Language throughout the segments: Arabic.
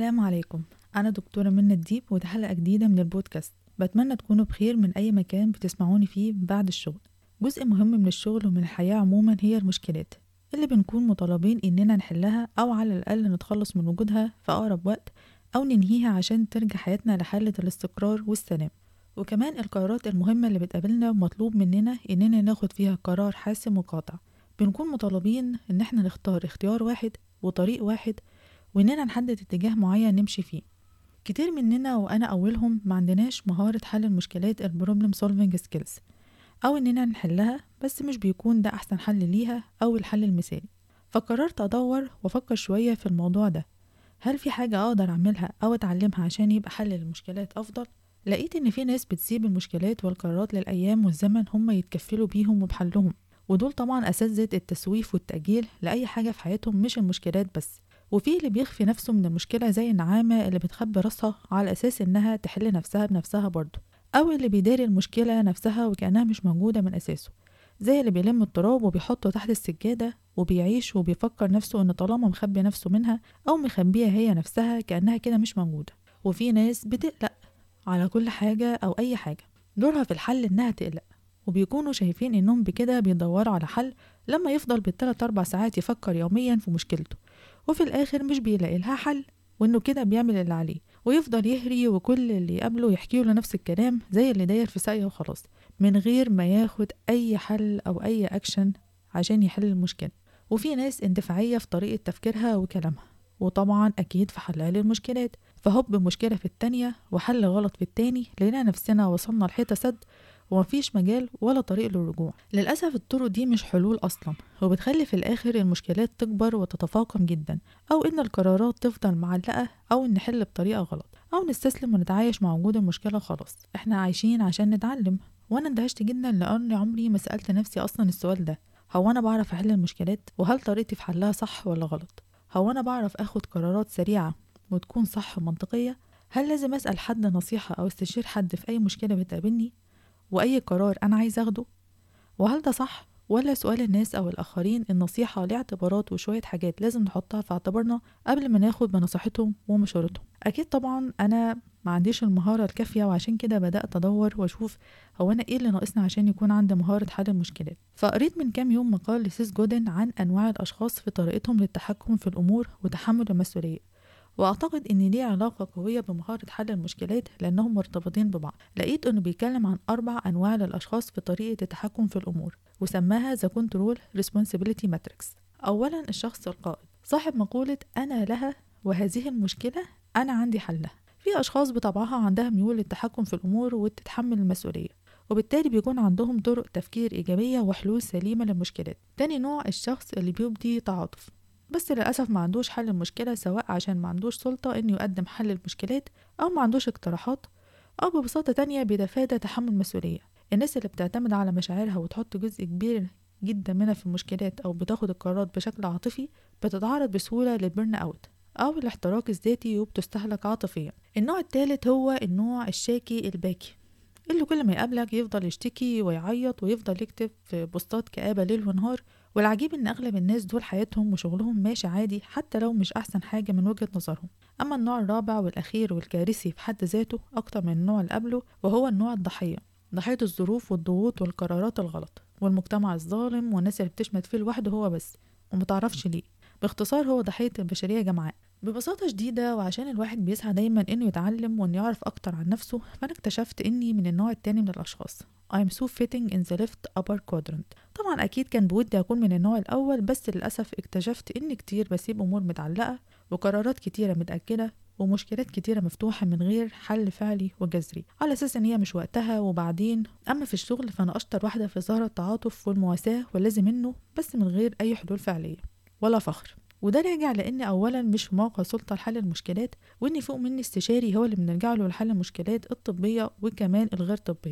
السلام عليكم. أنا دكتورة منى الديب وده حلقة جديدة من البودكاست. بتمنى تكونوا بخير من أي مكان بتسمعوني فيه بعد الشغل. جزء مهم من الشغل ومن الحياة عموما هي المشكلات اللي بنكون مطالبين إننا نحلها أو على الأقل نتخلص من وجودها في أقرب وقت أو ننهيها عشان ترجع حياتنا لحالة الاستقرار والسلام. وكمان القرارات المهمة اللي بتقابلنا مطلوب مننا إننا ناخد فيها قرار حاسم وقاطع. بنكون مطالبين إن احنا نختار اختيار واحد وطريق واحد وإننا نحدد اتجاه معين نمشي فيه. كتير مننا وأنا أولهم ما عندناش مهارة حل المشكلات البروبلم سولفينج سكيلز أو إننا نحلها، بس مش بيكون ده أحسن حل ليها أو الحل المثالي. فقررت أدور وأفكر شوية في الموضوع ده. هل في حاجة أقدر أعملها أو أتعلمها عشان يبقى حل المشكلات أفضل؟ لقيت إن في ناس بتسيب المشكلات والقرارات للأيام والزمن هم يتكفلوا بيهم وبحلهم، ودول طبعا أساتذة التسويف والتأجيل لأي حاجة في حياتهم مش المشكلات بس. وفي اللي بيخفي نفسه من المشكلة زي النعامة اللي بتخبي راسها على أساس إنها تحل نفسها بنفسها برضه، أو اللي بيداري المشكلة نفسها وكأنها مش موجودة من أساسه، زي اللي بيلم التراب وبيحطه تحت السجادة وبيعيش وبيفكر نفسه إن طالما مخبي نفسه منها أو مخبيها هي نفسها كأنها كده مش موجودة. وفي ناس بتقلق على كل حاجة أو أي حاجة، دورها في الحل إنها تقلق، وبيكونوا شايفين إنهم بكده بيدوروا على حل لما يفضل بال3-4 ساعات يفكر يوميا في مشكلته وفي الآخر مش بيلاقي لها حل، وإنه كده بيعمل اللي عليه ويفضل يهري وكل اللي يقابله يحكيه له نفس الكلام زي اللي داير في ساقية وخلاص، من غير ما ياخد أي حل أو أي أكشن عشان يحل المشكلة. وفي ناس اندفاعية في طريقة تفكيرها وكلامها، وطبعا أكيد في حلها للمشكلات، فهب مشكلة في التانية وحل غلط في التاني لقينا نفسنا وصلنا لحيطة سد ومفيش مجال ولا طريق للرجوع. للأسف الطرق دي مش حلول أصلا، وبتخلي في الآخر المشكلات تكبر وتتفاقم جدا، أو إن القرارات تفضل معلقة، أو إن نحل بطريقة غلط، أو نستسلم ونتعايش مع وجود المشكلة. خلاص إحنا عايشين عشان نتعلم. وأنا اندهشت جدا لأني عمري ما سألت نفسي أصلا السؤال ده: هو أنا بعرف أحل المشكلات؟ وهل طريقتي في حلها صح ولا غلط؟ هو أنا بعرف أخد قرارات سريعة وتكون صح ومنطقية؟ هل لازم أسأل حد نصيحة أو استشير حد في أي مشكلة بتقابلني وأي قرار أنا عايز أخده؟ وهل ده صح ولا سؤال الناس أو الآخرين النصيحة ليه اعتبارات وشوية حاجات لازم نحطها في اعتبارنا قبل ما ناخد بنصيحتهم ومشورتهم؟ أكيد طبعا أنا ما عنديش المهارة الكافية، وعشان كده بدأت أدور وأشوف هو أنا إيه اللي ناقصني عشان يكون عندي مهارة حل المشكلات. فقريت من كام يوم مقال لسيس جودن عن أنواع الأشخاص في طريقتهم للتحكم في الأمور وتحمل المسؤولية، واعتقد ان ليه علاقة قوية بمهارة حل المشكلات لانهم مرتبطين ببعض. لقيت انه بيتكلم عن 4 انواع للاشخاص في طريقة التحكم في الامور، وسماها The Control Responsibility Matrix. اولا الشخص القائد، صاحب مقولة انا لها وهذه المشكلة انا عندي حلها. في اشخاص بطبعها عندها ميول للتحكم في الامور وتتحمل المسؤولية، وبالتالي بيكون عندهم طرق تفكير إيجابية وحلول سليمة للمشكلات. تاني نوع الشخص اللي بيبدي تعاطف، بس للأسف ما عندوش حل المشكلة، سواء عشان ما عندوش سلطة إنه يقدم حل المشكلات أو ما عندوش اقتراحات، أو ببساطة تانية بيتفادى تحمل مسؤولية. الناس اللي بتعتمد على مشاعرها وتحط جزء كبير جدا منها في المشكلات أو بتاخد القرارات بشكل عاطفي بتتعرض بسهولة للبرن أوت أو الاحتراق الذاتي وبتستهلك عاطفيا. النوع الثالث هو النوع الشاكي الباكي، اللي كل ما يقابلك يفضل يشتكي ويعيط ويفضل يكتب في بوستات كآبة ليل ونهار. والعجيب ان اغلب الناس دول حياتهم وشغلهم ماشي عادي حتى لو مش احسن حاجة من وجهة نظرهم. اما النوع الرابع والاخير والكارثي في حد ذاته اكتر من النوع اللي قبله، وهو النوع الضحية، ضحية الظروف والضغوط والقرارات الغلط والمجتمع الظالم والناس اللي بتشمت فيه لوحده هو بس ومتعرفش ليه. باختصار هو ضحية البشرية جمعاء. ببساطة شديدة، وعشان الواحد بيسعى دايما انه يتعلم وانه يعرف اكتر عن نفسه، فانا اكتشفت اني من النوع التاني من الاشخاص. I'm so fitting in the left upper quadrant. طبعا اكيد كان بودي اكون من النوع الاول، بس للاسف اكتشفت ان كتير بسيب امور متعلقة وقرارات كتيرة متأجلة ومشكلات كتيرة مفتوحة من غير حل فعلي وجذري، على اساس ان هي مش وقتها وبعدين. اما في الشغل فانا اشطر واحدة في ظهر التعاطف والمواساة واللازم منه، بس من غير اي حلول فعلية ولا فخر. وده راجع لان اولا مش في موقع سلطه لحل المشكلات، وان فوق مني استشاري هو اللي بنرجع له لحل المشكلات الطبيه وكمان الغير طبيه،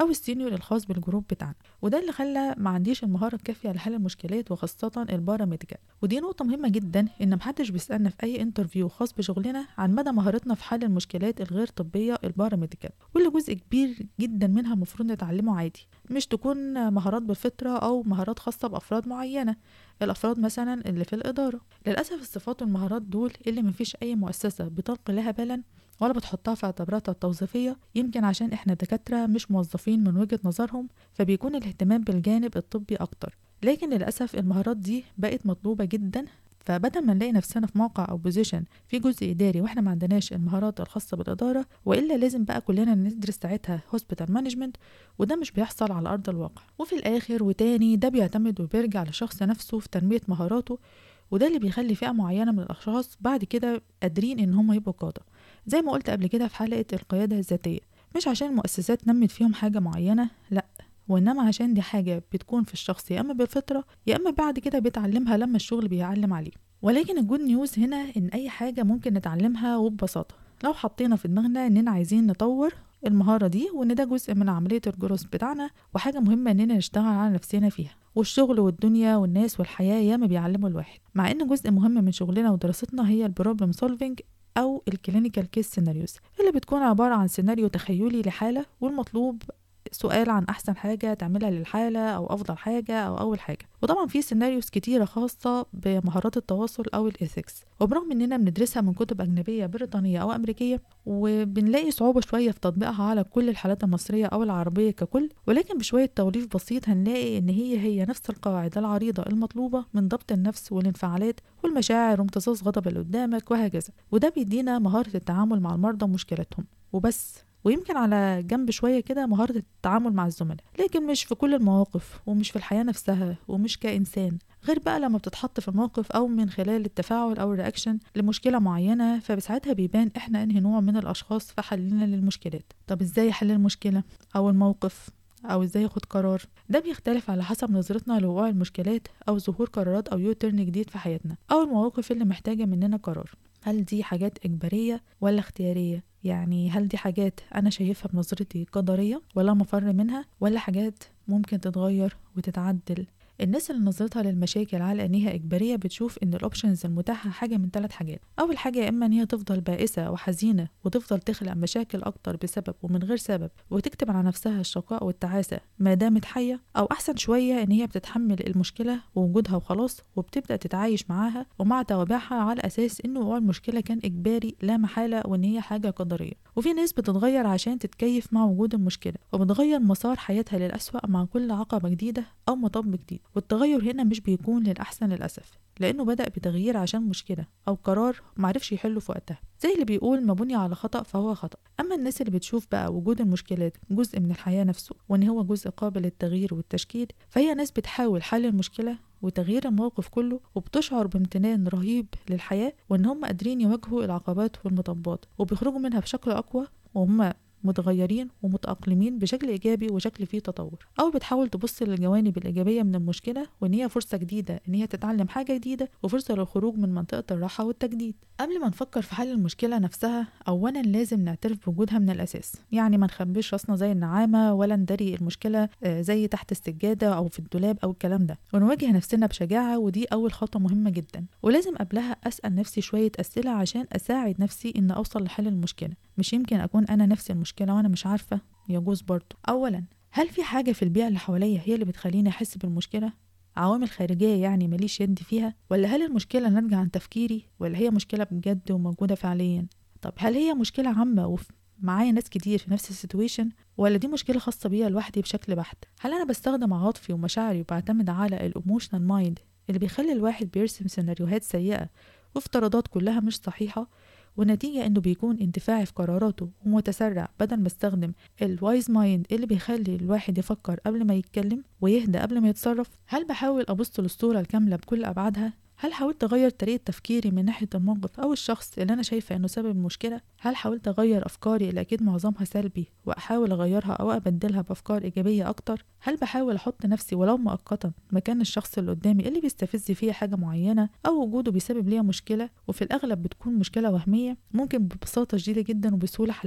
أو السينيور الخاص بالجروب بتاعنا، وده اللي خلى ما عنديش المهارة الكافية لحل المشكلات وخاصة الباراميديكال. ودي نقطة مهمة جدا، إن محدش بيسألنا في أي انترفيو خاص بشغلنا عن مدى مهارتنا في حل المشكلات الغير طبية الباراميديكال، واللي جزء كبير جدا منها المفروض نتعلمه عادي، مش تكون مهارات بالفطرة أو مهارات خاصة بأفراد معينة، الأفراد مثلا اللي في الإدارة. للأسف الصفات والمهارات دول اللي مفيش أي مؤسسة بتلقي لها بالا ولا بتحطها في اعتباراتها التوظيفية، يمكن عشان احنا دكاترة مش موظفين من وجهة نظرهم، فبيكون الاهتمام بالجانب الطبي أكتر. لكن للأسف المهارات دي بقت مطلوبة جدا، فبدل ما نلاقي نفسنا في موقع أو بوزيشن في جزء إداري وإحنا ما عندناش المهارات الخاصة بالإدارة، وإلا لازم بقى كلنا ندرس ساعتها هوسبيتال مانجمنت، وده مش بيحصل على أرض الواقع. وفي الآخر وتاني ده بيعتمد وبيرجع لشخص نفسه في تنمية مهاراته، وده اللي بيخلي فئة معينة من الأشخاص بعد كده قادرين إن هم يبقوا قادة. زي ما قلت قبل كده في حلقة القيادة الذاتية، مش عشان المؤسسات نمت فيهم حاجة معينة، لأ، وإنما عشان دي حاجة بتكون في الشخص يا أما بالفطرة يا أما بعد كده بيتعلمها لما الشغل بيعلم عليه. ولكن الجود نيوز هنا إن أي حاجة ممكن نتعلمها وببساطة لو حطينا في دماغنا إننا عايزين نطور المهارة دي، وإن ده جزء من عملية الجروس بتاعنا، وحاجة مهمة إننا نشتغل على نفسنا فيها. والشغل والدنيا والناس والحياة ياما بيعلموا الواحد، مع إن جزء مهم من شغلنا ودراستنا هي البروبلم سولفينج أو الكلينيكال كيس سيناريوز، اللي بتكون عبارة عن سيناريو تخيلي لحالة، والمطلوب سؤال عن أحسن حاجة تعملها للحالة أو أفضل حاجة أو أول حاجة. وطبعا في سيناريوز كتيرة خاصة بمهارات التواصل أو الإيثكس، وبرغم إننا بندرسها من كتب أجنبية بريطانية أو أمريكية، وبنلاقي صعوبة شوية في تطبيقها على كل الحالات المصرية أو العربية ككل، ولكن بشوية توليف بسيط هنلاقي إن هي نفس القواعد العريضة المطلوبة من ضبط النفس والانفعالات والمشاعر وامتصاص غضب اللي قدامك وهكذا. وده بيدينا مهارة التعامل مع المرضى ومشكلاتهم وبس، ويمكن على جنب شوية كده مهارة التعامل مع الزملاء، لكن مش في كل المواقف ومش في الحياة نفسها ومش كإنسان، غير بقى لما بتتحط في الموقف أو من خلال التفاعل أو الرياكشن لمشكلة معينة، فبساعتها بيبان إحنا أنهي نوع من الأشخاص في حلنا للمشكلات. طب إزاي أحل المشكلة أو الموقف أو إزاي أخد قرار؟ ده بيختلف على حسب نظرتنا لوقوع المشكلات أو ظهور قرارات أو يوترن جديد في حياتنا أو المواقف اللي محتاجة مننا قرار. هل دي حاجات إجبارية ولا اختيارية؟ يعني هل دي حاجات أنا شايفها بنظرتي قدرية ولا مفر منها، ولا حاجات ممكن تتغير وتتعدل؟ الناس اللي نظرتها للمشاكل على انها اجباريه بتشوف ان الاوبشنز المتاحه حاجه من 3 حاجات. اول حاجه يا اما ان هي تفضل بائسه وحزينه وتفضل تخلق مشاكل اكتر بسبب ومن غير سبب، وتكتب على نفسها الشقاء والتعاسه ما دامت حيه، او احسن شويه ان هي بتتحمل المشكله ووجودها وخلاص، وبتبدا تتعايش معاها ومع توابعها على اساس انه وقوع المشكله كان اجباري لا محاله وان هي حاجه قدريه. وفي ناس بتتغير عشان تتكيف مع وجود المشكله، وبتغير مسار حياتها للأسوأ مع كل عقبه جديده او مطب جديد. والتغير هنا مش بيكون للأحسن للأسف، لأنه بدأ بتغيير عشان مشكلة أو قرار معرفش يحله في وقتها، زي اللي بيقول ما بني على خطأ فهو خطأ. أما الناس اللي بتشوف بقى وجود المشكلات جزء من الحياة نفسه وإن هو جزء قابل للتغيير والتشكيل، فهي ناس بتحاول حل المشكلة وتغيير الموقف كله، وبتشعر بامتنان رهيب للحياة وإن هم قادرين يواجهوا العقبات والمطبات وبيخرجوا منها بشكل أقوى، وهم متغيرين ومتأقلمين بشكل إيجابي وشكل فيه تطور. أو بتحاول تبص للجوانب الإيجابية من المشكلة، وإن هي فرصة جديدة إن هي تتعلم حاجة جديدة وفرصة للخروج من منطقة الراحة والتجديد. قبل ما نفكر في حل المشكلة نفسها، أولا لازم نعترف بوجودها من الأساس، يعني ما نخبيش راسنا زي النعامة ولا ندري المشكلة زي تحت السجادة أو في الدولاب أو الكلام ده، ونواجه نفسنا بشجاعة. ودي أول خطوة مهمة جدا، ولازم قبلها أسأل نفسي شوية أسئلة عشان أساعد نفسي إن أوصل لحل المشكلة. مش يمكن أكون أنا نفس المشكلة وأنا مش عارفة؟ يجوز برضو. أولا، هل في حاجة في البيئة اللي حواليا هي اللي بتخليني أحس بالمشكلة؟ عوامل خارجية يعني ماليش يد فيها؟ ولا هل المشكلة ناتجة عن تفكيري، ولا هي مشكلة بجد وموجودة فعليا؟ طب هل هي مشكلة عامة معايا ناس كتير في نفس السيتويشن، ولا دي مشكلة خاصة بيا لوحدي بشكل بحت؟ هل أنا بستخدم عواطفي ومشاعري وبعتمد على الإيموشنال مايند اللي بيخلي الواحد بيرسم سيناريوهات سيئة وافتراضات كلها مش صحيحة، والنتيجة انه بيكون اندفاعي في قراراته ومتسرع بدل ما استخدم الوايز مايند اللي بيخلي الواحد يفكر قبل ما يتكلم ويهدى قبل ما يتصرف؟ هل بحاول ابص للصورة الكاملة بكل ابعادها؟ هل حاولت اغير طريقة تفكيري من ناحية الموقف او الشخص اللي انا شايفة انه سبب المشكلة؟ هل حاولت اغير افكاري اللي اكيد معظمها سلبي واحاول اغيرها او ابدلها بافكار ايجابية اكتر؟ هل بحاول احط نفسي ولو مؤقتا مكان الشخص اللي قدامي اللي بيستفز فيه حاجة معينة او وجوده بيسبب ليا مشكلة، وفي الاغلب بتكون مشكلة وهمية ممكن ببساطة شديدة جدا وبسهولة حلها؟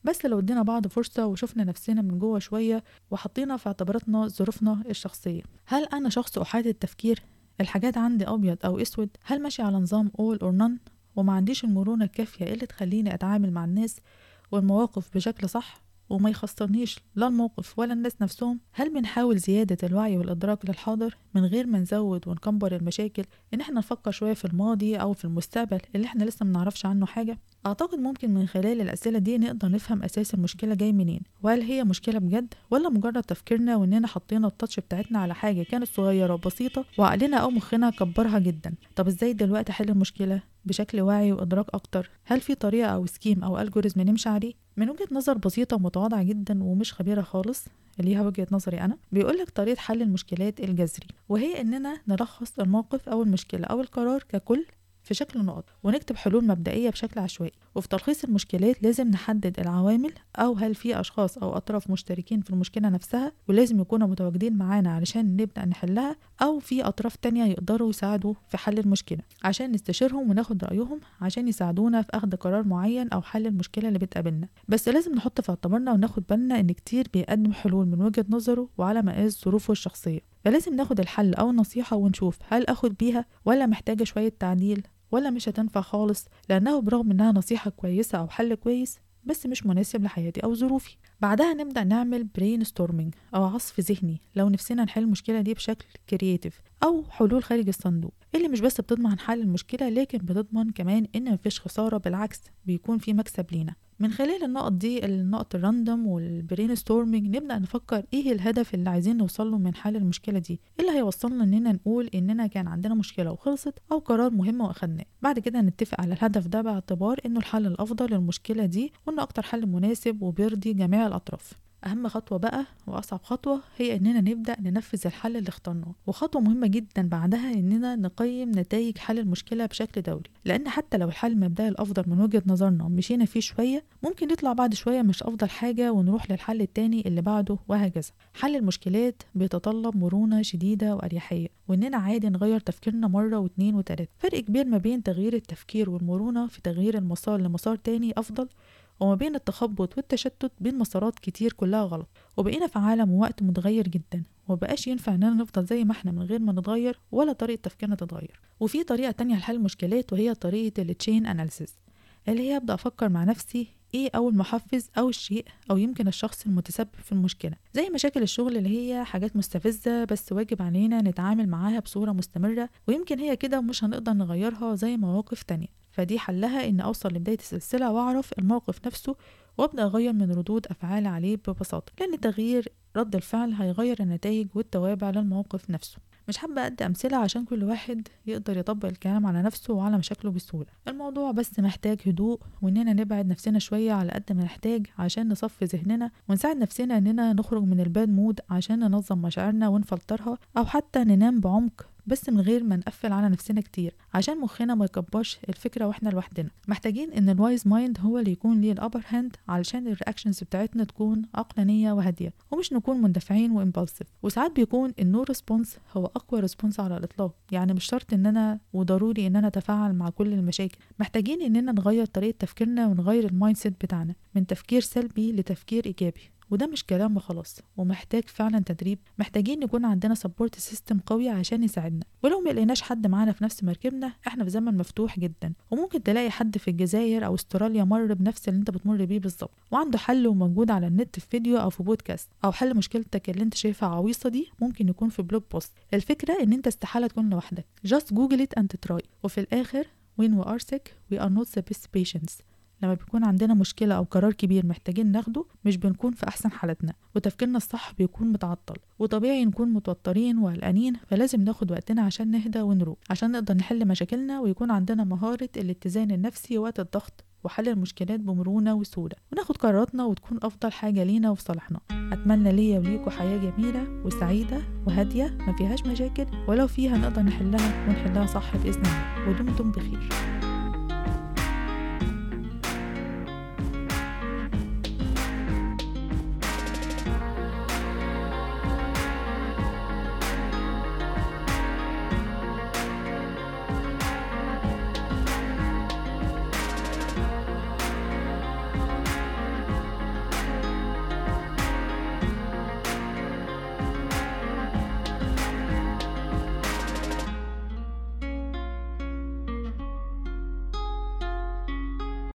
بس لو ادينا بعض فرصة وشفنا نفسنا من جوه شوية وحطينا في اعتباراتنا ظروفنا الشخصية. هل أنا شخص أحاد التفكير؟ الحاجات عندي أبيض أو أسود؟ هل ماشي على نظام all or none وما عنديش المرونة الكافية اللي تخليني أتعامل مع الناس والمواقف بشكل صح وما يخسرنيش لا الموقف ولا الناس نفسهم؟ هل بنحاول زيادة الوعي والإدراك للحاضر من غير ما نزود ونكبر المشاكل إن احنا نفكر شوية في الماضي أو في المستقبل اللي احنا لسه منعرفش عنه حاجة؟ أعتقد ممكن من خلال الأسئلة دي نقدر نفهم أساس المشكلة جاي منين، وهل هي مشكلة بجد ولا مجرد تفكيرنا وإننا حطينا التاتش بتاعتنا على حاجة كانت صغيرة وبسيطة وعقلنا أو مخنا كبرها جدا. طب إزاي دلوقتي أحل المشكلة بشكل واعي وإدراك أكتر؟ هل في طريقة أو سكيم أو ألجوريزم نمشي عليه؟ من وجهة نظر بسيطة ومتواضعة جدا ومش خبيرة خالص، اللي هي وجهة نظري أنا، بيقولك طريقة حل المشكلات الجذري، وهي إننا نلخص الموقف أو المشكلة أو القرار ككل في شكل نقط ونكتب حلول مبدئية بشكل عشوائي. وفي تلخيص المشكلات لازم نحدد العوامل أو هل في أشخاص أو أطراف مشتركين في المشكلة نفسها ولازم يكونوا متواجدين معانا علشان نبدأ نحلها، أو في أطراف تانية يقدروا يساعدوا في حل المشكلة عشان نستشيرهم وناخد رأيهم عشان يساعدونا في أخذ قرار معين أو حل المشكلة اللي بتقابلنا. بس لازم نحط في اعتبارنا وناخد بالنا إن كتير بيقدم حلول من وجهة نظره وعلى مقاس ظروفه الشخصية، فلازم ناخد الحل أو النصيحة ونشوف هل أخد بيها ولا محتاجة شوية تعديل ولا مش هتنفع خالص، لأنه برغم إنها نصيحة كويسة أو حل كويس بس مش مناسب لحياتي أو ظروفي. بعدها نبدأ نعمل brainstorming أو عصف ذهني لو نفسنا نحل المشكلة دي بشكل كرياتيف أو حلول خارج الصندوق اللي مش بس بتضمن حل المشكلة لكن بتضمن كمان إن مفيش خسارة، بالعكس بيكون في مكسب لينا. من خلال النقط دي، النقط الراندوم والبرين ستورمينج، نبدأ نفكر ايه الهدف اللي عايزين نوصله من حل المشكلة دي، اللي هيوصلنا اننا نقول اننا كان عندنا مشكلة وخلصت او قرار مهم واخدناه. بعد كده نتفق على الهدف ده باعتبار انه الحل الافضل للمشكلة دي وانه اكتر حل مناسب وبيرضي جميع الاطراف. أهم خطوة بقى وأصعب خطوة هي إننا نبدأ ننفذ الحل اللي اخترناه، وخطوة مهمة جدا بعدها إننا نقيم نتائج حل المشكلة بشكل دوري، لأن حتى لو الحل المبدئي الأفضل من وجهة نظرنا مشينا فيه شوية ممكن يطلع بعد شوية مش أفضل حاجة ونروح للحل التاني اللي بعده وهكذا. حل المشكلات بيتطلب مرونة شديدة وأريحية، وإننا عادي نغير تفكيرنا مرة واثنين وثلاثة. فرق كبير ما بين تغيير التفكير والمرونة في تغيير المسار لمسار تاني أفضل، وما بين التخبط والتشتت بين مسارات كتير كلها غلط. وبقينا في عالم ووقت متغير جدا، ومبقاش ينفع اننا نفضل زي ما احنا من غير ما نتغير ولا طريقة تفكيرنا تتغير. وفي طريقة تانية لحل المشكلات وهي طريقة التشين اناليسيس، اللي هي ابدأ افكر مع نفسي ايه اول محفز او الشيء او يمكن الشخص المتسبب في المشكلة. زي مشاكل الشغل اللي هي حاجات مستفزة بس واجب علينا نتعامل معاها بصورة مستمرة، ويمكن هي كده ومش هنقدر نغيرها زي مواقف تانية. فدي حلها ان اوصل لبداية السلسلة واعرف الموقف نفسه وابدأ اغير من ردود افعال عليه ببساطة، لان تغيير رد الفعل هيغير النتائج والتوابع للموقف نفسه. مش حابة أدي أمثلة عشان كل واحد يقدر يطبق الكلام على نفسه وعلى مشاكله بسهولة. الموضوع بس محتاج هدوء، وإننا نبعد نفسنا شوية على قد ما نحتاج عشان نصفي ذهننا ونساعد نفسنا إننا نخرج من الباد مود عشان ننظم مشاعرنا ونفلترها، أو حتى ننام بعمق بس من غير ما نقفل على نفسنا كتير عشان مخنا ما يكبرش الفكرة واحنا لوحدنا. محتاجين ان الوايز مايند هو اللي يكون ليه الابر هاند علشان الرياكشنز بتاعتنا تكون عقلانية وهادية، ومش نكون مندفعين وامبالسيف. وساعات بيكون النو ريسبونس هو اقوى ريسبونس على الاطلاق، يعني مش شرط اننا وضروري اننا نتفاعل مع كل المشاكل. محتاجين اننا نغير طريقة تفكيرنا ونغير المايند سيت بتاعنا من تفكير سلبي لتفكير ايجابي، وده مش كلام وخلاص، ومحتاج فعلا تدريب. محتاجين يكون عندنا سبورت سيستم قوي عشان يساعدنا، ولو ما لقيناش حد معانا في نفس مركبنا احنا في زمن مفتوح جدا، وممكن تلاقي حد في الجزائر او استراليا مر بنفس اللي انت بتمر بيه بالظبط وعنده حل وموجود على النت في فيديو او في بودكاست، او حل مشكلتك اللي انت شايفها عويصة دي ممكن يكون في بلوج بوست. الفكرة ان انت استحالة تكون لوحدك، just google it and try. وفي الاخر when we are sick we are not the best patients. لما بيكون عندنا مشكلة أو قرار كبير محتاجين ناخده مش بنكون في أحسن حالتنا، وتفكيرنا الصح بيكون متعطل، وطبيعي نكون متوترين وقلقانين، فلازم ناخد وقتنا عشان نهدى ونروق عشان نقدر نحل مشاكلنا ويكون عندنا مهارة الاتزان النفسي وقت الضغط وحل المشكلات بمرونة وسهولة، وناخد قراراتنا وتكون أفضل حاجة لينا وفي صالحنا. أتمنى ليا وليكوا حياة جميلة وسعيدة وهادية ما فيهاش مشاكل، ولو فيها نقدر نحلها ونحلها صح بإذن الله. ودمتم بخير.